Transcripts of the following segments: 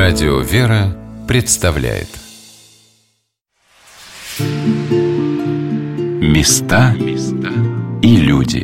Радио «Вера» представляет Места и люди.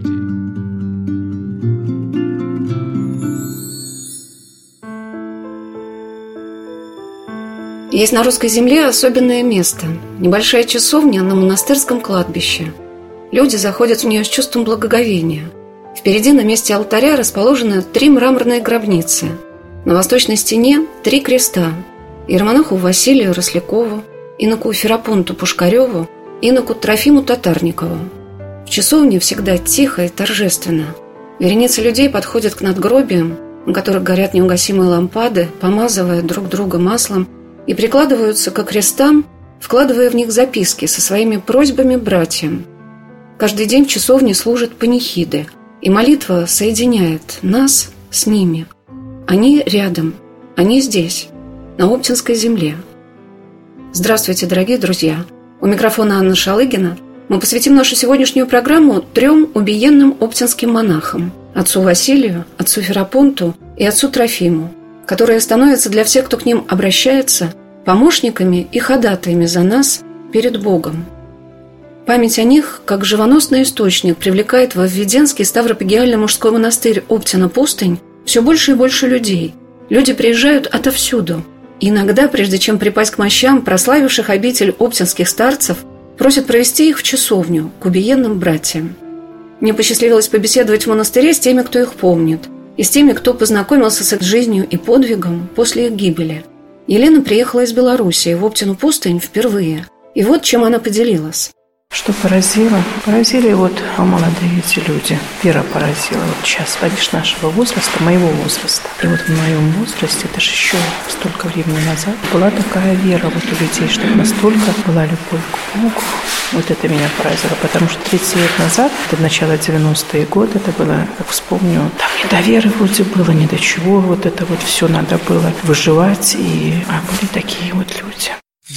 Есть на русской земле особенное место – небольшая часовня на монастырском кладбище. Люди заходят в нее с чувством благоговения. Впереди на месте алтаря расположены 3 мраморные гробницы. На восточной стене 3 креста – иеромонаху Василию Рослякову, иноку Ферапонту Пушкареву, иноку Трофиму Татарникову. В часовне всегда тихо и торжественно. Вереница людей подходят к надгробиям, на которых горят неугасимые лампады, помазывая друг друга маслом, и прикладываются ко крестам, вкладывая в них записки со своими просьбами братьям. Каждый день в часовне служат панихиды, и молитва соединяет нас с ними. Они рядом, они здесь, на Оптинской земле. Здравствуйте, дорогие друзья! У микрофона Анна Шалыгина. Мы посвятим нашу сегодняшнюю программу 3 убиенным оптинским монахам – отцу Василию, отцу Ферапонту и отцу Трофиму, которые становятся для всех, кто к ним обращается, помощниками и ходатаями за нас перед Богом. Память о них, как живоносный источник, привлекает во Введенский Ставропигиальный мужской монастырь Оптина-Пустынь все больше и больше людей. Люди приезжают отовсюду. И иногда, прежде чем припасть к мощам, прославивших обитель оптинских старцев, просят провести их в часовню, к убиенным братьям. Мне посчастливилось побеседовать в монастыре с теми, кто их помнит, и с теми, кто познакомился с их жизнью и подвигом после их гибели. Елена приехала из Белоруссии в Оптину пустынь впервые. И вот чем она поделилась. Что поразило? Поразили молодые эти люди. Вера поразила. Вот сейчас, видишь, нашего возраста, моего возраста. И вот в моем возрасте, это же еще столько времени назад, была такая вера вот у людей, что настолько была любовь к Богу. Вот это меня поразило, потому что 30 лет назад, это начало 90-е годы, это было, как вспомню, там не до веры вроде было, ни до чего, вот это вот все надо было выживать, а были такие вот люди.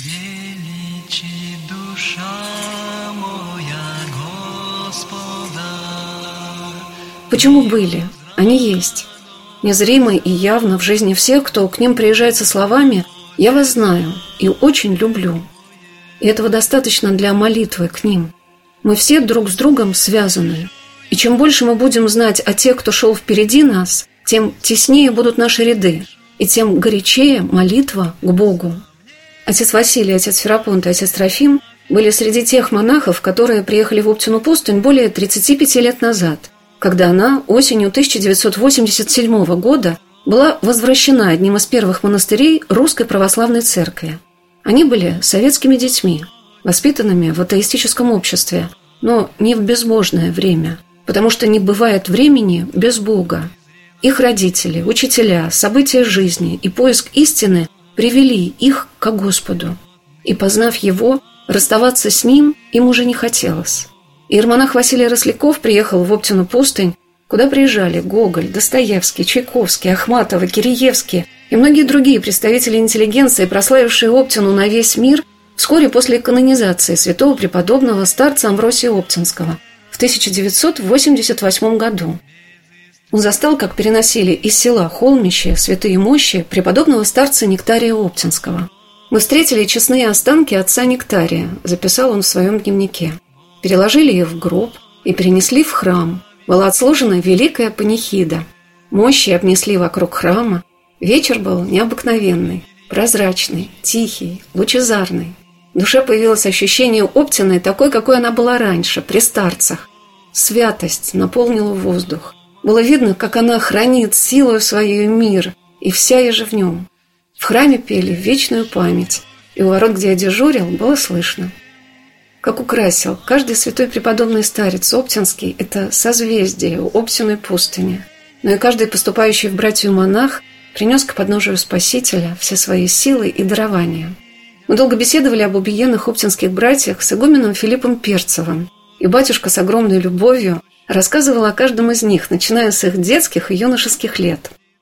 Почему были? Они есть. Незримо и явно в жизни всех, кто к ним приезжает со словами «Я вас знаю и очень люблю». И этого достаточно для молитвы к ним. Мы все друг с другом связаны. И чем больше мы будем знать о тех, кто шел впереди нас, тем теснее будут наши ряды, и тем горячее молитва к Богу. Отец Василий, отец Ферапонт и отец Трофим были среди тех монахов, которые приехали в Оптину пустынь более 35 лет назад, когда она осенью 1987 года была возвращена одним из первых монастырей Русской Православной Церкви. Они были советскими детьми, воспитанными в атеистическом обществе, но не в безбожное время, потому что не бывает времени без Бога. Их родители, учителя, события жизни и поиск истины привели их к Господу. И, познав Его, расставаться с Ним им уже не хотелось. Иеромонах Василий Росляков приехал в Оптину пустынь, куда приезжали Гоголь, Достоевский, Чайковский, Ахматова, Киреевский и многие другие представители интеллигенции, прославившие Оптину на весь мир вскоре после канонизации святого преподобного старца Амвросия Оптинского в 1988 году. Он застал, как переносили из села Холмище святые мощи преподобного старца Нектария Оптинского. «Мы встретили честные останки отца Нектария», записал он в своем дневнике. Переложили ее в гроб и перенесли в храм. Была отслужена великая панихида. Мощи обнесли вокруг храма. Вечер был необыкновенный, прозрачный, тихий, лучезарный. В душе появилось ощущение Оптиной такой, какой она была раньше, при старцах. Святость наполнила воздух. Было видно, как она хранит силою свою мир, и вся еже в нем. В храме пели вечную память, и у ворот, где я дежурил, было слышно. Как украсил каждый святой преподобный старец Оптинский – это созвездие у Оптиной пустыни. Но и каждый поступающий в братью монах принес к подножию Спасителя все свои силы и дарования. Мы долго беседовали об убиенных оптинских братьях с игуменом Филиппом Перцевым, и батюшка с огромной любовью рассказывал о каждом из них, начиная с их детских и юношеских лет.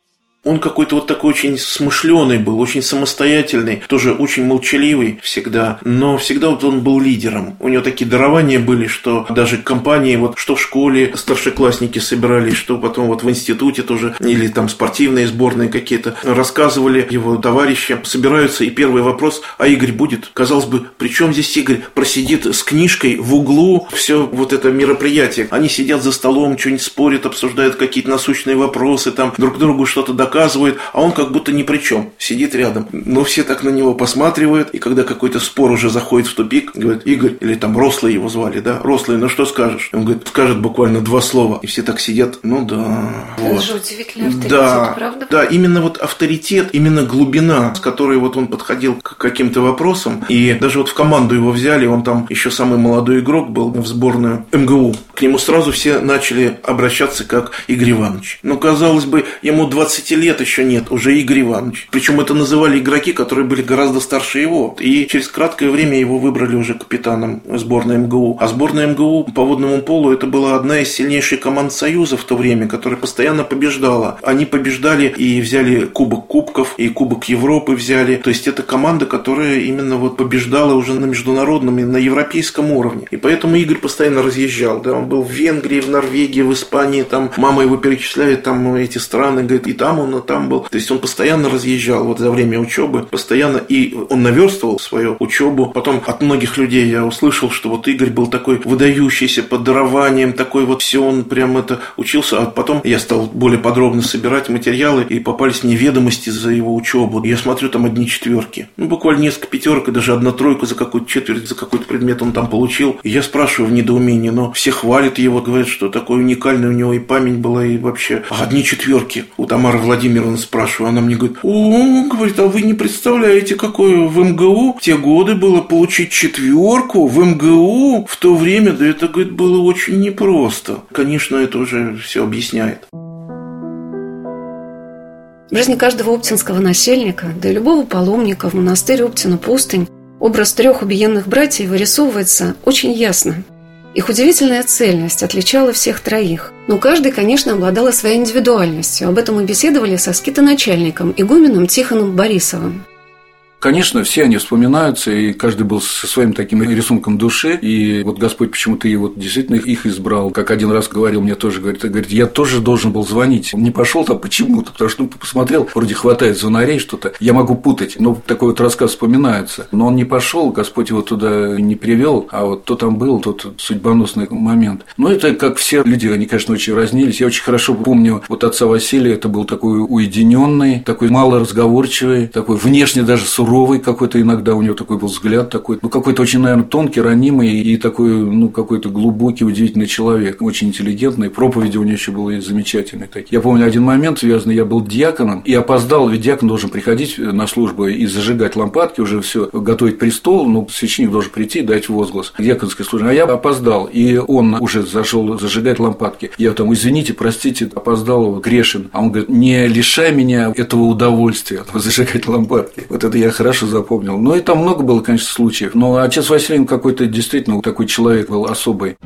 Он какой-то вот такой очень смышленый был, очень самостоятельный, тоже очень молчаливый всегда, но всегда вот он был лидером. У него такие дарования были, что даже компании, вот что в школе старшеклассники собирались, что потом вот в институте тоже, или там спортивные сборные какие-то, рассказывали его товарищи, собираются, и первый вопрос: а Игорь будет? Казалось бы, при чем здесь Игорь? Просидит с книжкой в углу, все вот это мероприятие. Они сидят за столом, что-нибудь спорят, обсуждают какие-то насущные вопросы, там друг другу что-то доказывают, а он как будто ни при чем, сидит рядом. Но все так на него посматривают, и когда какой-то спор уже заходит в тупик, говорит: Игорь, или там Рослый его звали, да, Рослый, ну что скажешь? Он говорит, скажет буквально 2 слова, и все так сидят, ну да. Это вот. же удивительный авторитет, Да, правда? да, именно вот авторитет, именно глубина, с которой вот он подходил к каким-то вопросам, и даже вот в команду его взяли, он там еще самый молодой игрок был в сборную МГУ, к нему сразу все начали обращаться как Игорь Иванович. Но, казалось бы, ему 20 лет еще нет, уже Игорь Иванович. Причем это называли игроки, которые были гораздо старше его. И через краткое время его выбрали уже капитаном сборной МГУ. А сборная МГУ по водному полу — это была одна из сильнейших команд Союза в то время, которая постоянно побеждала. Они побеждали и взяли Кубок Кубков, и Кубок Европы взяли. То есть это команда, которая именно вот побеждала уже на международном и на европейском уровне. И поэтому Игорь постоянно разъезжал. Да? Он был в Венгрии, в Норвегии, в Испании. Там мама его перечисляет там эти страны, говорит, и там он, и там был. То есть он постоянно разъезжал вот за время учебы, постоянно, и он наверстывал свою учебу. Потом от многих людей я услышал, что вот Игорь был такой выдающийся по дарованиям, такой вот все, он прям это учился. А потом я стал более подробно собирать материалы, и попались мне ведомости за его учебу. Я смотрю, там одни четверки. Ну, буквально несколько пятерок, и даже 1 тройка за какую-то четверть, за какой-то предмет он там получил. И я спрашиваю в недоумении, но все хвалят его, говорят, что такой уникальный у него и память была, и вообще. А одни четверки. У Тамары Владимировны спрашиваю, она мне говорит, говорит, а вы не представляете, какое в МГУ в те годы было получить 4 в МГУ в то время, да это, говорит, было очень непросто. Конечно, это уже все объясняет. В жизни каждого оптинского насельника, да и любого паломника в монастырь Оптина-Пустынь, образ 3 убиенных братьев вырисовывается очень ясно. Их удивительная цельность отличала всех 3. Но каждый, конечно, обладал своей индивидуальностью. Об этом мы беседовали со скитоначальником, игуменом Тихоном Борисовым. Конечно, все они вспоминаются, и каждый был со своим таким рисунком души, и вот Господь почему-то и вот действительно их избрал. Как один раз говорил мне тоже, говорит, я тоже должен был звонить. Не пошел там почему-то, потому что посмотрел, вроде хватает звонарей что-то, я могу путать, но такой вот рассказ вспоминается. Но он не пошел, Господь его туда не привел, а вот кто там был, тот судьбоносный момент. Но это как все люди, они, конечно, очень разнились. Я очень хорошо помню вот отца Василия, это был такой уединенный, такой малоразговорчивый, такой внешне даже суровый какой-то, иногда у него такой был взгляд такой, какой-то очень, наверное, тонкий, ранимый и такой, какой-то глубокий, удивительный человек, очень интеллигентный, проповеди у него еще были замечательные такие. Я помню один момент связанный, я был диаконом и опоздал, ведь диакон должен приходить на службу и зажигать лампадки, уже все готовить престол, священник должен прийти и дать возглас диаконской службе, а я опоздал, и он уже зашел зажигать лампадки. Я там, извините, простите, опоздал, грешен, а он говорит, не лишай меня этого удовольствия зажигать лампадки. Вот это я хорошо запомнил. Ну и там много было, конечно, случаев. Но отец Василий какой-то действительно такой человек был особый.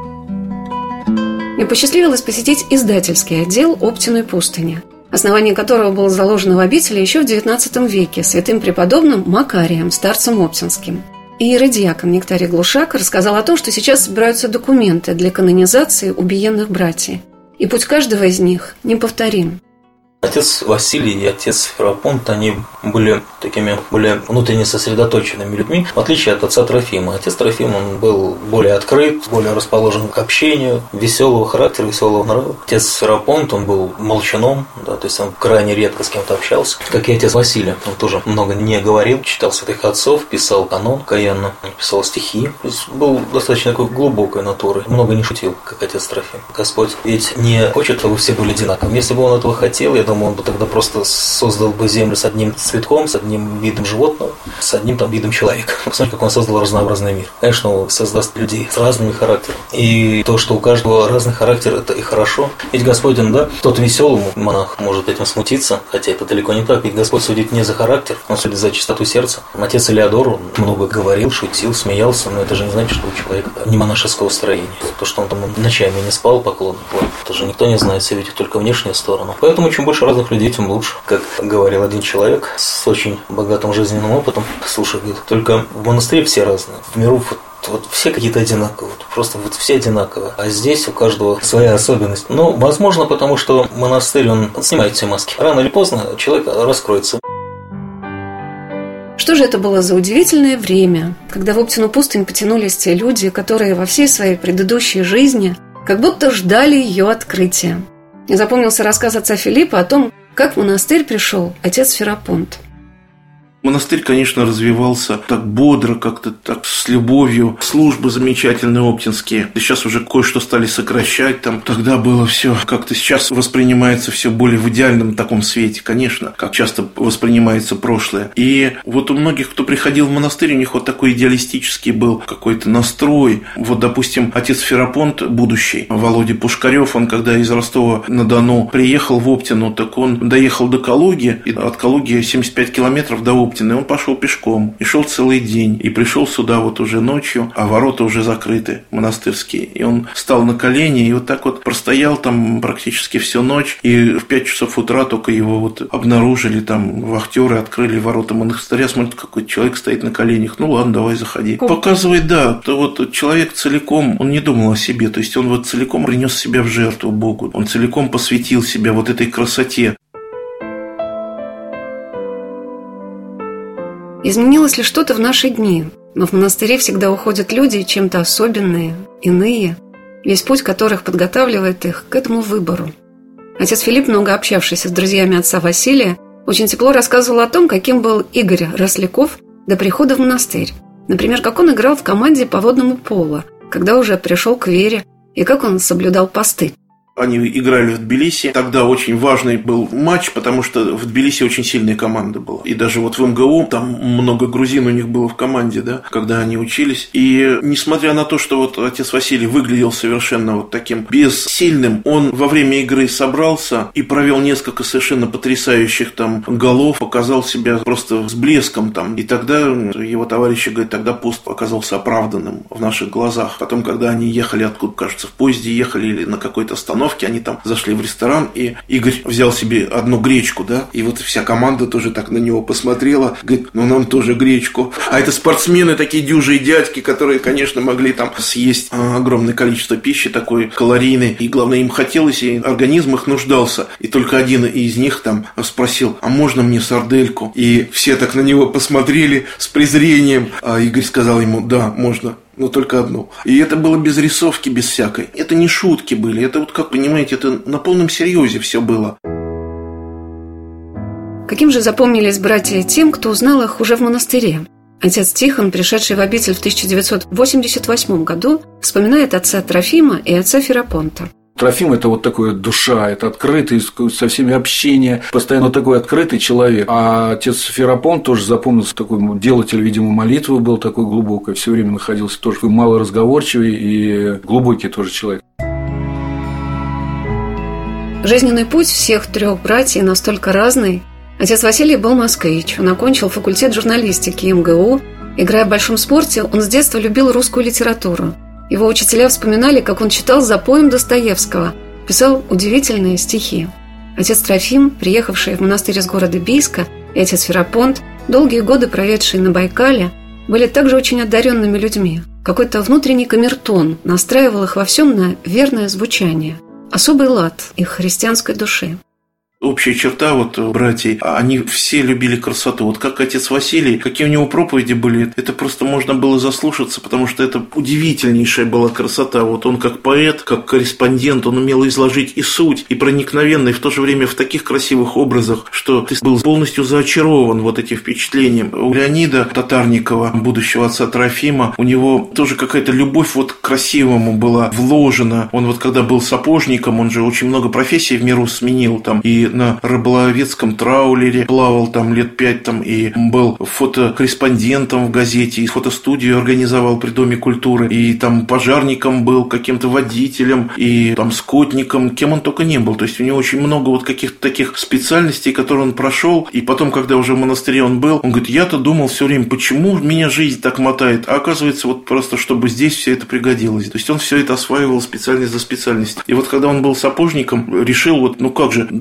Мне посчастливилось посетить издательский отдел Оптиной пустыни, основание которого было заложено в обители еще в XIX веке святым преподобным Макарием, старцем оптинским. Иеродиакон Нектарий Глушак рассказал о том, что сейчас собираются документы для канонизации убиенных братьев. И путь каждого из них неповторим. Отец Василий и отец Ферапонт, они были такими более внутренне сосредоточенными людьми, в отличие от отца Трофима. Отец Трофим, он был более открыт, более расположен к общению, веселого характера, веселого нрава. Отец Ферапонт, он был молчаном, да, то есть он крайне редко с кем-то общался. Как и отец Василий, он тоже много не говорил, читал святых отцов, писал канон каянно, писал стихи. То есть был достаточно такой глубокой натурой, много не шутил, как отец Трофим. Господь ведь не хочет, чтобы все были одинаковыми. Если бы он этого хотел, я думаю, он бы тогда просто создал бы землю с одним цветком, с одним видом животного, с одним там видом человека. Посмотрите, как он создал разнообразный мир. Конечно, он создаст людей с разными характерами. И то, что у каждого разный характер, это и хорошо. Ведь Господь, да, тот веселый монах может этим смутиться, хотя это далеко не так. Ведь Господь судит не за характер, он судит за чистоту сердца. Отец Илеодор, он много говорил, шутил, смеялся, но это же не значит, что у человека не монашеского строения. То, что он там ночами не спал, поклонник, это же никто не знает, все видит только внешнюю сторону. Поэтому чем больше больше разных людей, тем лучше. Как говорил один человек с очень богатым жизненным опытом, слушай, говорит, только в монастыре все разные, в миру вот все какие-то одинаковые, просто вот все одинаковые, а здесь у каждого своя особенность. Ну, возможно, потому что монастырь, он снимает все маски. Рано или поздно человек раскроется. Что же это было за удивительное время, когда в Оптину пустынь потянулись те люди, которые во всей своей предыдущей жизни как будто ждали ее открытия. Мне запомнился рассказ отца Филиппа о том, как в монастырь пришел отец Ферапонт. Монастырь, конечно, развивался так бодро, как-то так с любовью. Службы замечательные оптинские. И сейчас уже кое-что стали сокращать. Там тогда было все как-то сейчас воспринимается все более в идеальном таком свете, конечно, как часто воспринимается прошлое. И вот у многих, кто приходил в монастырь, у них вот такой идеалистический был какой-то настрой. Вот, допустим, отец Ферапонт, будущий, Володя Пушкарев, он когда из Ростова-на-Дону приехал в Оптину, так он доехал до Калуги, и от Калуги 75 километров до Оптины. И он пошел пешком, и шел целый день, и пришел сюда вот уже ночью, а ворота уже закрыты, монастырские. И он встал на колени, и вот так вот простоял там практически всю ночь, и в 5 часов утра только его вот обнаружили, там вахтеры открыли ворота монастыря, смотрят, какой человек стоит на коленях, ну ладно, давай заходи. Показывает, да, то вот человек целиком, он не думал о себе, то есть он вот целиком принес себя в жертву Богу, он целиком посвятил себя вот этой красоте. Изменилось ли что-то в наши дни? Но в монастыре всегда уходят люди чем-то особенные, иные, весь путь которых подготавливает их к этому выбору. Отец Филипп, много общавшийся с друзьями отца Василия, очень тепло рассказывал о том, каким был Игорь Росляков до прихода в монастырь. Например, как он играл в команде по водному поло, когда уже пришел к вере, и как он соблюдал посты. Они играли в Тбилиси. Тогда очень важный был матч, потому что в Тбилиси очень сильная команда была. И даже вот в МГУ, там много грузин у них было в команде, да, когда они учились. И несмотря на то, что вот отец Василий выглядел совершенно вот таким бессильным, он во время игры собрался и провел несколько совершенно потрясающих там голов, показал себя просто с блеском там. И тогда его товарищи говорят, тогда пост оказался оправданным в наших глазах. Потом, когда они ехали откуда, кажется, в поезде ехали или на какой-то остановке, они там зашли в ресторан, и Игорь взял себе одну гречку, да, и вот вся команда тоже так на него посмотрела, говорит, ну нам тоже гречку. А это спортсмены, такие дюжие дядьки, которые, конечно, могли там съесть огромное количество пищи, такой калорийной, и главное, им хотелось, и организм их нуждался. И только один из них там спросил, а можно мне сардельку? И все так на него посмотрели с презрением, а Игорь сказал ему, да, можно. Но только одну. И это было без рисовки, без всякой. Это не шутки были. Это вот, как понимаете, это на полном серьезе все было. Каким же запомнились братья тем, кто узнал их уже в монастыре? Отец Тихон, пришедший в обитель в 1988 году, вспоминает отца Трофима и отца Ферапонта. Трофим – это вот такая душа, это открытый, со всеми общение, постоянно такой открытый человек. А отец Ферапонт тоже запомнился, такой делатель, видимо, молитвы был такой глубокой, все время находился тоже малоразговорчивый и глубокий тоже человек. Жизненный путь всех трех братьев настолько разный. Отец Василий был москвич, он окончил факультет журналистики МГУ. Играя в большом спорте, он с детства любил русскую литературу. Его учителя вспоминали, как он читал запоем Достоевского, писал удивительные стихи. Отец Трофим, приехавший в монастырь из города Бийска, и отец Ферапонт, долгие годы проведшие на Байкале, были также очень одаренными людьми. Какой-то внутренний камертон настраивал их во всем на верное звучание, особый лад их христианской души. Общая черта вот братьев, они все любили красоту. Вот как отец Василий, какие у него проповеди были, это просто можно было заслушаться, потому что это удивительнейшая была красота. Вот он как поэт, как корреспондент, он умел изложить и суть, и проникновенно, и в то же время в таких красивых образах, что ты был полностью заочарован вот этим впечатлением. У Леонида Татарникова, будущего отца Трофима, у него тоже какая-то любовь вот к красивому была вложена. Он вот когда был сапожником, он же очень много профессий в миру сменил там, и на рыболовецком траулере плавал там лет 5 там, и был фотокорреспондентом в газете, и фотостудию организовал при Доме культуры, и там пожарником был, каким-то водителем, и там скотником, кем он только не был. То есть у него очень много вот каких-то таких специальностей, которые он прошел, и потом, когда уже в монастыре он был, он говорит, я-то думал все время, почему меня жизнь так мотает, а оказывается вот просто, чтобы здесь все это пригодилось. То есть он все это осваивал специальность за специальность. И вот когда он был сапожником, решил вот, ну как же, дай-ка я вот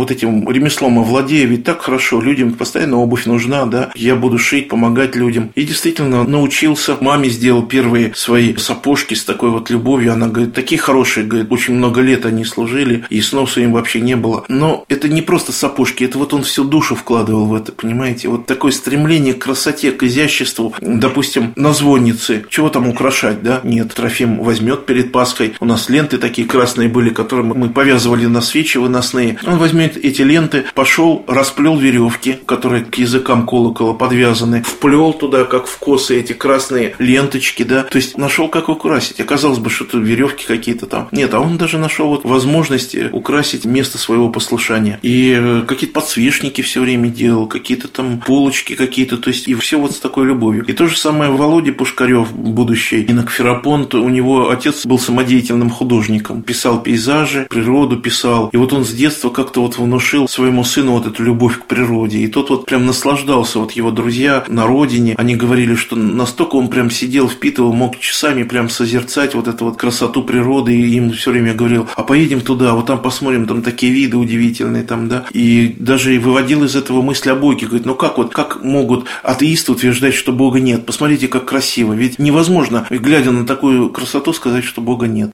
вот этим ремеслом овладею, ведь так хорошо, людям постоянно обувь нужна, да, я буду шить, помогать людям. И действительно научился, маме сделал первые свои сапожки с такой вот любовью, она говорит, такие хорошие, говорит, очень много лет они служили, и сноса им вообще не было. Но это не просто сапожки, это вот он всю душу вкладывал в это, понимаете, вот такое стремление к красоте, к изяществу, допустим, на звоннице, чего там украшать, да, нет, Трофим возьмет перед Пасхой, у нас ленты такие красные были, которые мы повязывали на свечи выносные, он возьмет эти ленты, пошел, расплел веревки, которые к языкам колокола подвязаны, вплел туда, как в косы, эти красные ленточки, да, то есть нашел, как украсить. Оказалось бы, что это веревки какие-то там. Нет, а он даже нашел вот возможности украсить место своего послушания. И какие-то подсвечники все время делал, какие-то там полочки какие-то, то есть и все вот с такой любовью. И то же самое Володя Пушкарев, будущий инок-Ферапонт, у него отец был самодеятельным художником, писал пейзажи, природу писал. И вот он с детства как-то вот внушил своему сыну вот эту любовь к природе. И тот вот прям наслаждался, вот его друзья на родине, они говорили, что настолько он прям сидел, впитывал, мог часами прям созерцать вот эту вот красоту природы, и им все время говорил, а поедем туда, вот там посмотрим, там такие виды удивительные там, да, и даже и выводил из этого мысли о Боге, говорит, ну как могут атеисты утверждать, что Бога нет, посмотрите, как красиво, ведь невозможно, глядя на такую красоту, сказать, что Бога нет.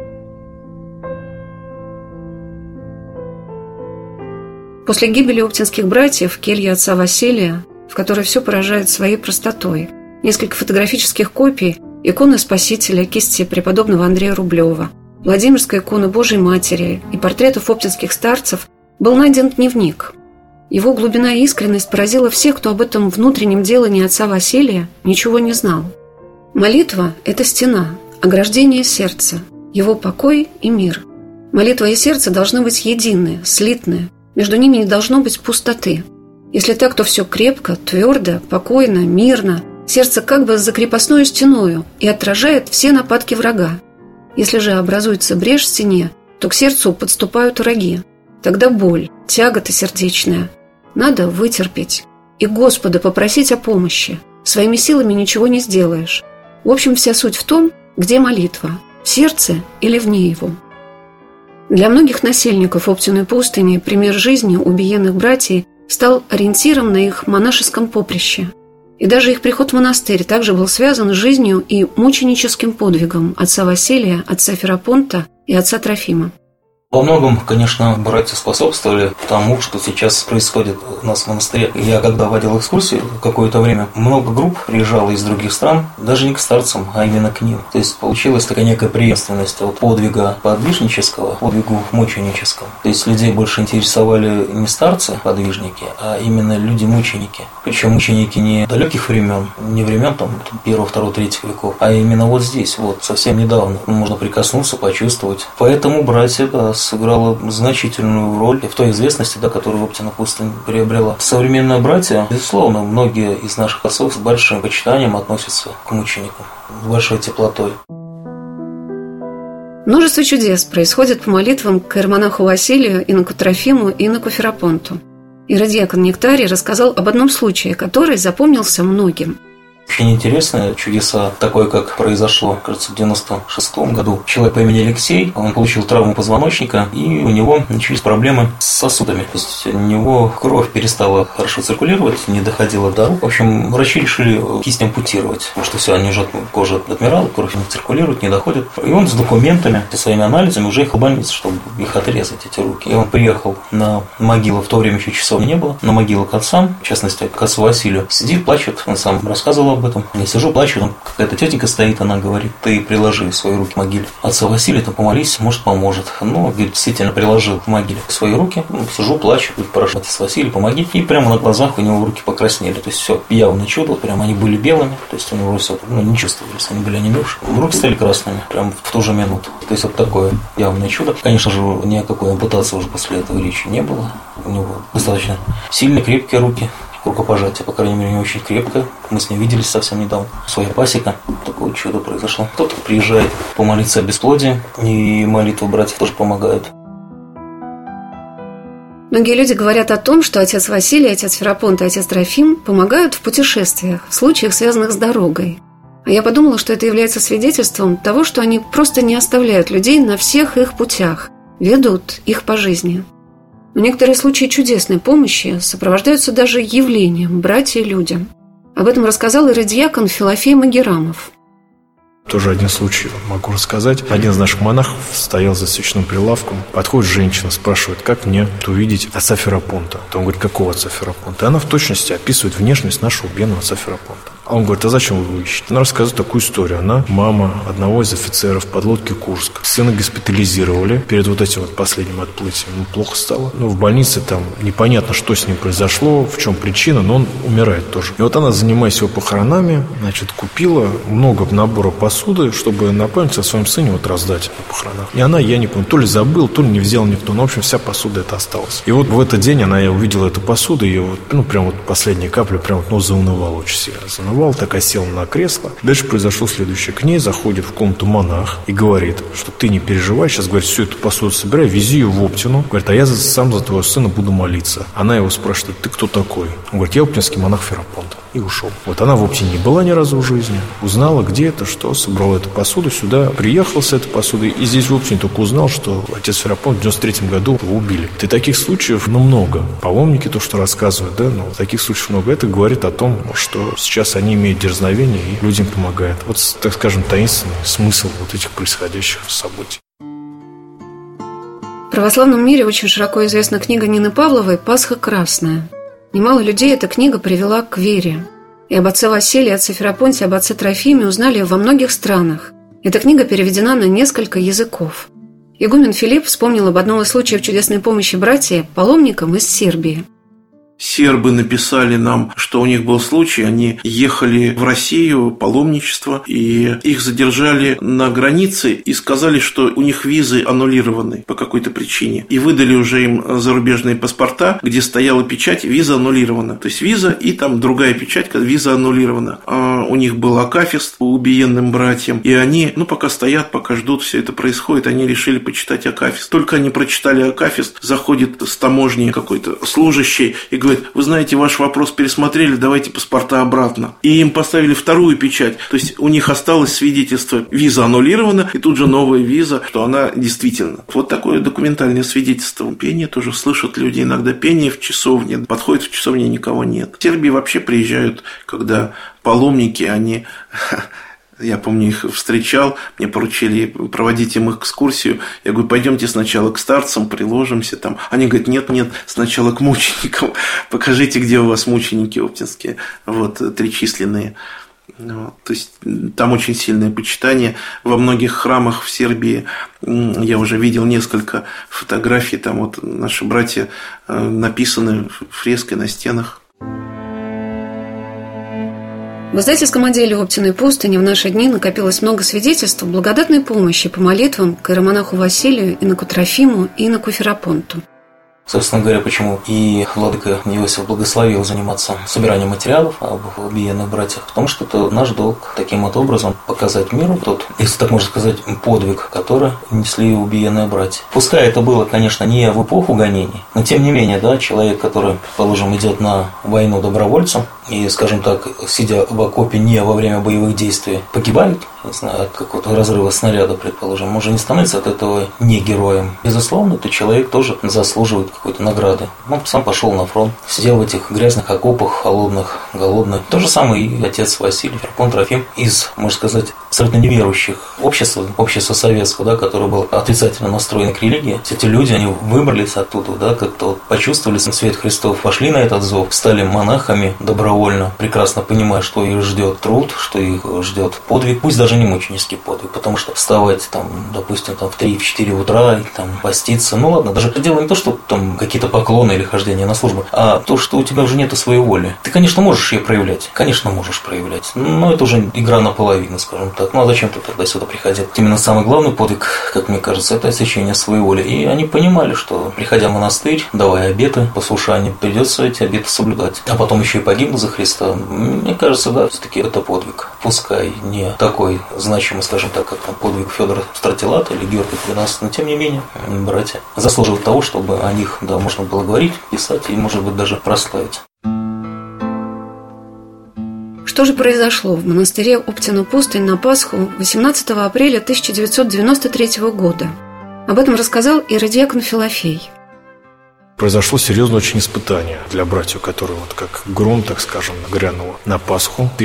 После гибели оптинских братьев келья отца Василия, в которой все поражает своей простотой, несколько фотографических копий иконы Спасителя, кисти преподобного Андрея Рублева, Владимирской иконы Божией Матери и портретов оптинских старцев, был найден дневник. Его глубина и искренность поразила всех, кто об этом внутреннем делании отца Василия ничего не знал. Молитва – это стена, ограждение сердца, его покой и мир. Молитва и сердце должны быть едины, слитны, между ними не должно быть пустоты. Если так, то все крепко, твердо, покойно, мирно, сердце как бы за крепостной стеною и отражает все нападки врага. Если же образуется брешь в стене, то к сердцу подступают враги. Тогда боль, тягота сердечная. Надо вытерпеть и Господа попросить о помощи. Своими силами ничего не сделаешь. В общем, вся суть в том, где молитва – в сердце или вне его. Для многих насельников Оптиной пустыни пример жизни убиенных братьев стал ориентиром на их монашеском поприще. И даже их приход в монастырь также был связан с жизнью и мученическим подвигом отца Василия, отца Ферапонта и отца Трофима. Во многом, конечно, братья способствовали тому, что сейчас происходит у нас в монастыре. Я когда водил экскурсии какое-то время, много групп приезжало из других стран, даже не к старцам, а именно к ним. То есть получилась такая некая преемственность от подвига подвижнического к подвигу мученическому. То есть людей больше интересовали не старцы-подвижники, а именно люди-мученики. Причем мученики не далеких времен, не времен там 1, 2, 3 веков, а именно вот здесь, вот совсем недавно. Можно прикоснуться, почувствовать. Поэтому братья, да, сыграла значительную роль в той известности, да, которую Оптина пустынь приобрела. Современные братья, безусловно, многие из наших отцов с большим почитанием относятся к мученикам, с большой теплотой. Множество чудес происходит по молитвам к иеромонаху Василию, иноку Трофиму и иноку Ферапонту. Иродиакон Нектарий рассказал об одном случае, который запомнился многим. Очень интересные чудеса, такое, как произошло, кажется, в 96 году. Человек по имени Алексей, он получил травму позвоночника, и у него начались проблемы с сосудами. То есть у него кровь перестала хорошо циркулировать, не доходила до рук. В общем, врачи решили кисть ампутировать, потому что все, они уже, кожа отмирала, кровь не циркулирует, не доходит. И он с документами, со своими анализами уже ехал в больницу, чтобы их отрезать, эти руки. И он приехал на могилу, в то время еще часов не было, на могилу к отцам, в частности, к отцу Василию. Сидит, плачет, он сам рассказывал об этом. Я сижу, плачу, там какая-то тетенька стоит, она говорит, ты приложи свои руки к могиле. Отца Василия, там помолись, может, поможет. Ну, говорит, действительно приложил к могиле свои руки, сижу, плачу, говорит, прошу, отец Василий, помоги. И прямо на глазах у него руки покраснели. То есть все явное чудо, прям они были белыми, то есть у него все, не чувствовались, они были онемевшие. Руки стали красными, прям в ту же минуту. То есть вот такое явное чудо. Конечно же, ни о какой ампутации уже после этого речи не было. У него достаточно сильные, крепкие руки. Рукопожатие, по крайней мере, не очень крепкое. Мы с ним виделись совсем недавно. Своя пасека. Такое чудо произошло. Кто-то приезжает помолиться о бесплодии, и молитвы братьев тоже помогают. Многие люди говорят о том, что отец Василий, отец Ферапонт и отец Трофим помогают в путешествиях, в случаях, связанных с дорогой. А я подумала, что это является свидетельством того, что они просто не оставляют людей на всех их путях, ведут их по жизни. Но некоторые случаи чудесной помощи сопровождаются даже явлением братья людям. Об этом рассказал иродиакон Филофей Магерамов. Тоже один случай могу рассказать. Один из наших монахов стоял за свечным прилавком. Подходит женщина, спрашивает, как мне увидеть отца Ферапонта. Он говорит, какого отца Ферапонта? И она в точности описывает внешность нашего бедного отца Ферапонта. А он говорит, а зачем вы его ищете? Она рассказывает такую историю. Она мама одного из офицеров подлодки «Курск». Сына госпитализировали перед вот этим вот последним отплытием. Ему плохо стало. В больнице там непонятно, что с ним произошло, в чем причина, но он умирает тоже. И вот она, занимаясь его похоронами, купила много набора посуды, чтобы на память о своем сыне раздать на похоронах. И она, я не помню, то ли забыл, то ли не взял никто. Но, в общем, вся посуда эта осталась. И вот в этот день она увидела эту посуду, и прям последняя капля прям заунывала очень сильно. Так осел на кресло. Дальше произошло следующее. К ней заходит в комнату монах и говорит, что ты не переживай, сейчас, говорит, всю эту посуду собирай, вези ее в Оптину. Говорит, а я сам за твоего сына буду молиться. Она его спрашивает, ты кто такой? Он говорит, я оптинский монах Ферапонт. И ушел. Она в Оптине не была ни разу в жизни. Узнала, где это, что, собрала эту посуду сюда, приехал с этой посудой. И здесь в Оптине только узнал, что отец Ферапонт в 93 году его убили. И таких случаев, много. Паломники то, что рассказывают, таких случаев много. Это говорит о том, что сейчас они имеют дерзновение и людям помогают. Так скажем, таинственный смысл этих происходящих событий. В православном мире очень широко известна книга Нины Павловой «Пасха красная». Немало людей эта книга привела к вере. И об отце Василии, отце Ферапонте, об отце Трофиме узнали во многих странах. Эта книга переведена на несколько языков. Игумен Филипп вспомнил об одном из случаев чудесной помощи братьям, паломникам из Сербии. Сербы написали нам, что у них был случай, они ехали в Россию, паломничество, и их задержали на границе и сказали, что у них визы аннулированы по какой-то причине. И выдали уже им зарубежные паспорта, где стояла печать «виза аннулирована». То есть виза и там другая печать, виза аннулирована. А у них был акафист убиенным братьям, и они, пока стоят, пока ждут, все это происходит, они решили почитать акафист. Только они прочитали акафист, заходит с таможни какой-то служащий и говорит, вы знаете, ваш вопрос пересмотрели, давайте паспорта обратно. И им поставили вторую печать. То есть у них осталось свидетельство, виза аннулирована, и тут же новая виза, что она действительно. Вот такое документальное свидетельство. Пение тоже слышат люди. Иногда пение в часовне. Подходит в часовне, никого нет. В Сербии вообще приезжают, когда паломники, они... Я помню, их встречал, мне поручили проводить им экскурсию. Я говорю, пойдемте сначала к старцам, приложимся там. Они говорят, нет, сначала к мученикам. Покажите, где у вас мученики оптинские, тричисленные. То есть там очень сильное почитание. Во многих храмах в Сербии я уже видел несколько фотографий. Там наши братья написаны фреской на стенах. В издательском отделе Оптиной пустыни в наши дни накопилось много свидетельств благодатной помощи по молитвам к иеромонаху Василию, иноку Трофиму и иноку Ферапонту. Собственно говоря, почему и владыка Иосиф благословил заниматься собиранием материалов об убиенных братьях, потому что это наш долг таким образом показать миру тот, если так можно сказать, подвиг, который несли убиенные братья. Пускай это было, конечно, не в эпоху гонений, но тем не менее, члек, который, предположим, идет на войну добровольцем и, скажем так, сидя в окопе не во время боевых действий, погибает, не знаю, от какого-то разрыва снаряда, предположим, он же не становится от этого не героем. Безусловно, этот человек тоже заслуживает какой-то награды. Он сам пошел на фронт, сидел в этих грязных окопах, холодных, голодных. То же самое и отец Василий, Ферапонт Трофим из, можно сказать, абсолютно неверующих общества советского, которое было отрицательно настроено к религии. Эти люди, они выбрались оттуда, как-то почувствовали свет Христов, пошли на этот зов, стали монахами добровольно, прекрасно понимая, что их ждет труд, что их ждет подвиг, пусть даже не мученический подвиг, потому что вставать допустим, в 3-4 утра и поститься, ладно, даже дело не то, что какие-то поклоны или хождение на службу, а то, что у тебя уже нету своей воли. Ты, конечно, можешь ее проявлять, но это уже игра наполовину, скажем так. А зачем ты тогда сюда приходил? Именно самый главный подвиг, как мне кажется, это отсечение своей воли. И они понимали, что, приходя в монастырь, давая обеты, послушание, придется эти обеты соблюдать. А потом еще и погибнуть за Христа. Мне кажется, все-таки это подвиг. Пускай не такой значимый, скажем так, как подвиг Федора Стратилата или Георгия XII, но тем не менее, братья заслуживают того, чтобы о них можно было говорить, писать и, может быть, даже прославить. Что же произошло в монастыре Оптина пустынь на Пасху 18 апреля 1993 года? Об этом рассказал иродиакон Филофей. произошло серьезное очень испытание для братьев, которые вот как гром, так скажем, грянуло на Пасху. В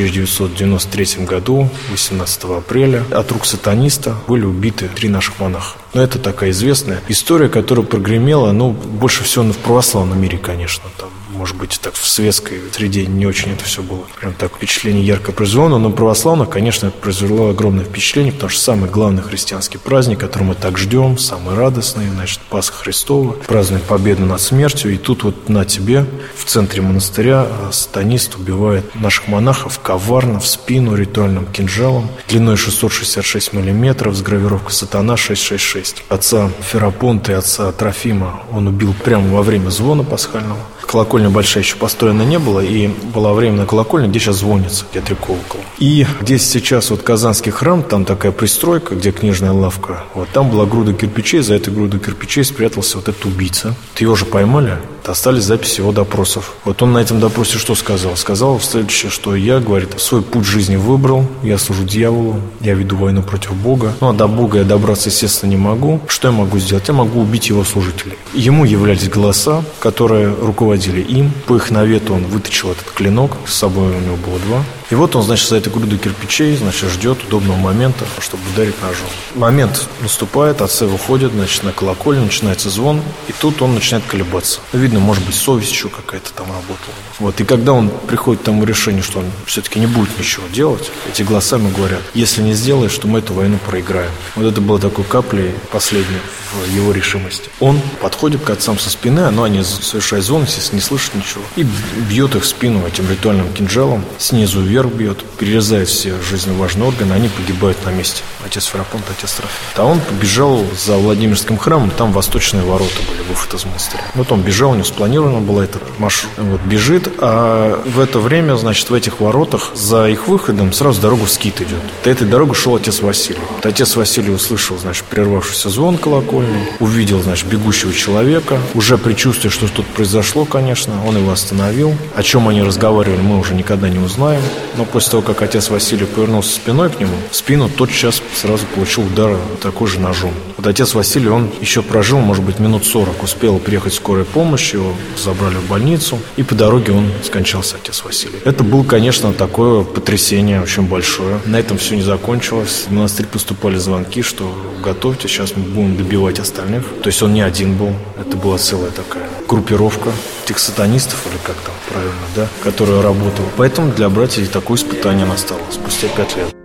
1993 году, 18 апреля, от рук сатаниста были убиты 3 наших монаха. Но это такая известная история, которая прогремела, больше всего в православном мире, конечно, там. Может быть, так в светской среде не очень это все было прям так впечатление ярко произвело, но православно, конечно, это произвело огромное впечатление, потому что самый главный христианский праздник, который мы так ждем, самый радостный, значит, Пасха Христова, празднует победу над смертью, и тут вот на тебе в центре монастыря сатанист убивает наших монахов коварно в спину ритуальным кинжалом длиной 666 миллиметров с гравировкой «Сатана 666». Отца Ферапонта и отца Трофима он убил прямо во время звона пасхального. Колокольня большая еще построена не было, и была временная колокольня, где сейчас звонится, где 3 колокола. И где сейчас вот Казанский храм, там такая пристройка, где книжная лавка, вот там была груда кирпичей, за этой грудой кирпичей спрятался вот этот убийца. Его же поймали, остались записи его допросов. Вот он на этом допросе что сказал? Сказал следующее, что я, говорит, свой путь жизни выбрал, я служу дьяволу, я веду войну против Бога, а до Бога я добраться, естественно, не могу. Что я могу сделать? Я могу убить его служителей. Ему являлись голоса, которые руководили им. По их навету он вытащил этот клинок, с собой у него было 2. И вот он, значит, за этой грудой кирпичей, значит, ждет удобного момента, чтобы ударить ножом. Момент наступает, отцы выходят, значит, на колокольню, начинается звон, и тут он начинает колебаться. Видно, может быть, совесть еще какая-то там работала. Вот, и когда он приходит к тому решению, что он все-таки не будет ничего делать, эти голоса ему говорят, если не сделаешь, то мы эту войну проиграем. Вот это было такой каплей последней в его решимости. Он подходит к отцам со спины, но они совершают звон, естественно, не слышат ничего, и бьет их в спину этим ритуальным кинжалом, снизу вверх бьет, перерезает все жизненно важные органы, они погибают на месте. Отец Ферапонт, отец Трофим. А он побежал за Владимирским храмом, там восточные ворота были, выход из монастыря. Вот он бежал, у него спланировано был этот маршрут. Вот бежит, а в это время, значит, в этих воротах за их выходом сразу дорога в Скит идет. До этой дороги шел отец Василий. Вот отец Василий услышал, значит, прервавшийся звон колокольный, увидел, значит, бегущего человека, уже предчувствуя, что что-то произошло, конечно, он его остановил. О чем они разговаривали, мы уже никогда не узнаем. Но после того, как отец Василий повернулся спиной к нему, в спину тотчас сразу получил удар такой же ножом. Вот отец Василий, он еще прожил, может быть, минут 40. Успела приехать скорая помощь, его забрали в больницу, и по дороге он скончался, отец Василий. Это было, конечно, такое потрясение очень большое. На этом все не закончилось. В монастырь поступали звонки, что готовьте, сейчас мы будем добивать остальных. То есть он не один был, это была целая такая группировка этих сатанистов, или как там правильно, да, которая работала. Поэтому для братьев такое испытание настало спустя 5 лет.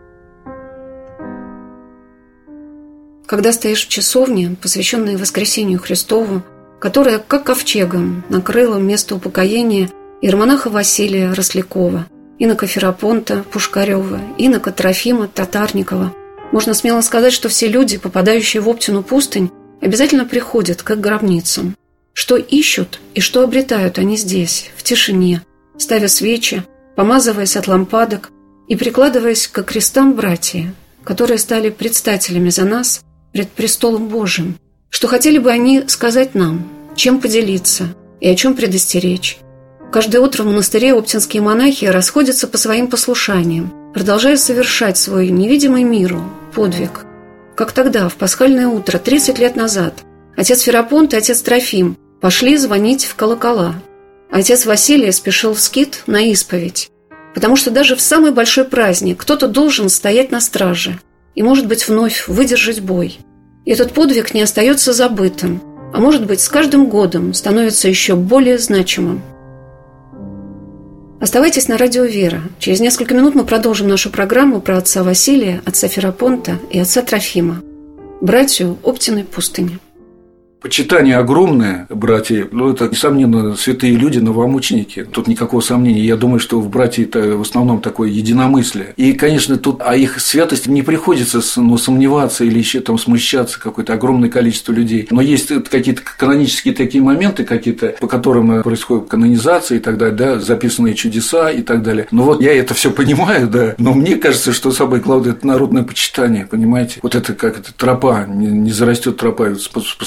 Когда стоишь в часовне, посвященной Воскресению Христову, которая, как ковчегом, накрыла место упокоения иеромонаха Василия Рослякова, инока Ферапонта Пушкарева, инока Трофима Татарникова, можно смело сказать, что все люди, попадающие в Оптину пустынь, обязательно приходят к их гробницам. Что ищут и что обретают они здесь, в тишине, ставя свечи, помазываясь от лампадок и прикладываясь к крестам братья, которые стали предстателями за нас пред престолом Божиим, что хотели бы они сказать нам, чем поделиться и о чем предостеречь. Каждое утро в монастыре оптинские монахи расходятся по своим послушаниям, продолжая совершать свой невидимый миру подвиг. Как тогда, в пасхальное утро, 30 лет назад, отец Ферапонт и отец Трофим пошли звонить в колокола. Отец Василий спешил в Скит на исповедь, потому что даже в самый большой праздник кто-то должен стоять на страже и, может быть, вновь выдержать бой. И этот подвиг не остается забытым, а, может быть, с каждым годом становится еще более значимым. Оставайтесь на радио «Вера». Через несколько минут мы продолжим нашу программу про отца Василия, отца Ферапонта и отца Трофима, братью Оптиной пустыни. Почитание огромное, братья, это, несомненно, святые люди, новомученики. Тут никакого сомнения. Я думаю, что в братьях это в основном такое единомыслие. И, конечно, тут о их святости не приходится сомневаться или еще там смущаться какое-то огромное количество людей. Но есть какие-то канонические такие моменты, какие-то, по которым происходит канонизация и так далее, да, записанные чудеса и так далее. Ну вот я это все понимаю, да, но мне кажется, что самое главное – это народное почитание, понимаете? Вот это как это тропа, не зарастет тропа. Посмотрите,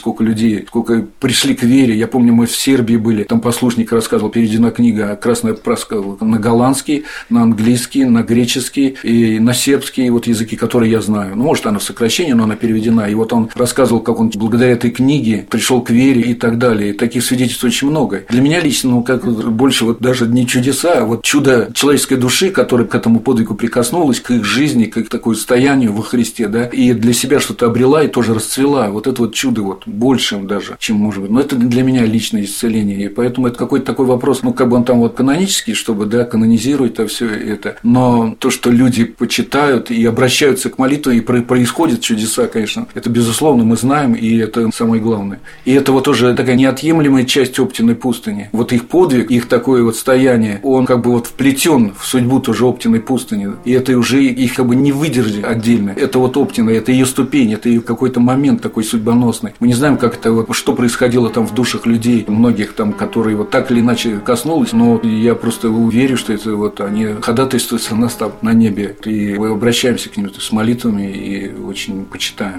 сколько людей, сколько пришли к вере. Я помню, мы в Сербии были, там послушник рассказывал, переведена книга «Красная праска» на голландский, на английский, на греческий и на сербский, вот языки, которые я знаю. Ну, может, она в сокращении, но она переведена. И вот он рассказывал, как он благодаря этой книге пришел к вере и так далее. И таких свидетельств очень много. Для меня лично, ну, как больше вот даже не чудеса, а вот чудо человеческой души, которая к этому подвигу прикоснулась, к их жизни, к их такой состоянию во Христе, да, и для себя что-то обрела и тоже расцвела. Вот это вот чудо вот большим даже, чем может быть. Но это для меня личное исцеление. И поэтому это какой-то такой вопрос, ну, как бы он там вот канонический, чтобы, да, канонизировать все это. Но то, что люди почитают и обращаются к молитве, и происходят чудеса, конечно, это безусловно мы знаем, и это самое главное. И это вот тоже такая неотъемлемая часть Оптиной пустыни. Вот их подвиг, их такое вот стояние, он как бы вот вплетен в судьбу тоже Оптиной пустыни. И это уже их как бы не выдержать отдельно. Это вот Оптина, это ее ступень, это ее какой-то момент такой судьбоносный. Мы не знаем, как это вот, что происходило там в душах людей, многих там, которые вот так или иначе коснулись, но я просто верю, что это вот они ходатайствуют за нас там на небе, и мы обращаемся к ним с молитвами и очень почитаем.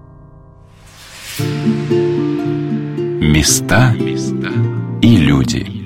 Места и люди.